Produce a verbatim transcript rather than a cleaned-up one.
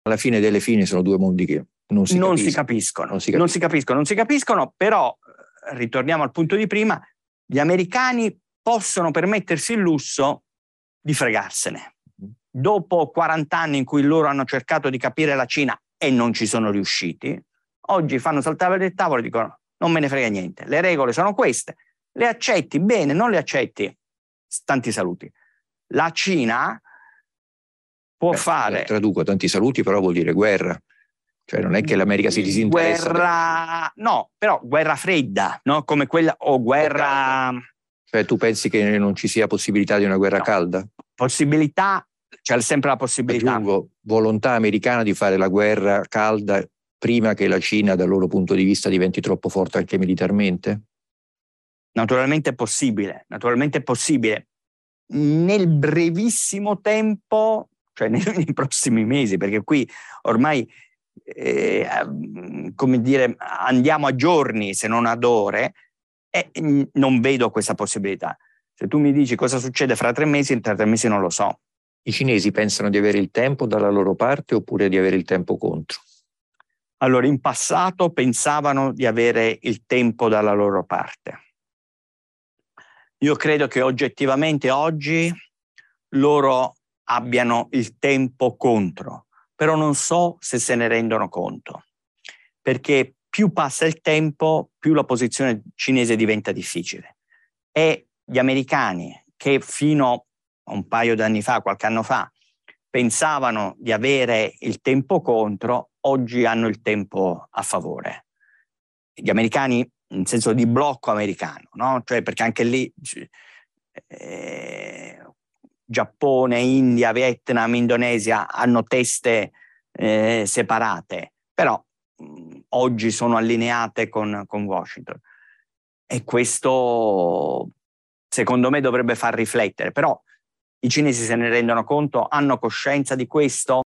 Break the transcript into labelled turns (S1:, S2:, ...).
S1: alla fine delle fine sono due mondi che non si
S2: non
S1: capiscono.
S2: Si capiscono,
S1: non si
S2: non si capiscono, non si capiscono, però ritorniamo al punto di prima, gli americani possono permettersi il lusso di fregarsene. Dopo quaranta anni in cui loro hanno cercato di capire la Cina e non ci sono riusciti, oggi fanno saltare il tavolo e dicono non me ne frega niente, le regole sono queste, le accetti, bene, non le accetti, tanti saluti. La Cina può
S1: Beh,
S2: fare...
S1: Traduco, tanti saluti, però vuol dire guerra. Cioè non è che l'America si disinteressa.
S2: Guerra... No, però guerra fredda, no? Come quella... o guerra...
S1: Cioè tu pensi che non ci sia possibilità di una guerra
S2: no.
S1: calda?
S2: Possibilità, c'è sempre la possibilità.
S1: Aggiungo, volontà americana di fare la guerra calda prima che la Cina dal loro punto di vista diventi troppo forte anche militarmente?
S2: Naturalmente è possibile, naturalmente è possibile. Nel brevissimo tempo, cioè nei, nei prossimi mesi, perché qui ormai, eh, come dire, andiamo a giorni se non ad ore, e non vedo questa possibilità. Se tu mi dici cosa succede fra tre mesi, tra tre mesi non lo so.
S1: I cinesi pensano di avere il tempo dalla loro parte oppure di avere il tempo contro?
S2: Allora, in passato pensavano di avere il tempo dalla loro parte. Io credo che oggettivamente oggi loro abbiano il tempo contro, però non so se se ne rendono conto, perché più passa il tempo, più la posizione cinese diventa difficile. E gli americani, che fino a un paio d'anni fa, qualche anno fa, pensavano di avere il tempo contro, oggi hanno il tempo a favore. Gli americani in senso di blocco americano, no? Cioè perché anche lì eh, Giappone, India, Vietnam, Indonesia hanno teste eh, separate, però mh, oggi sono allineate con, con Washington. E questo secondo me dovrebbe far riflettere, però i cinesi se ne rendono conto, hanno coscienza di questo.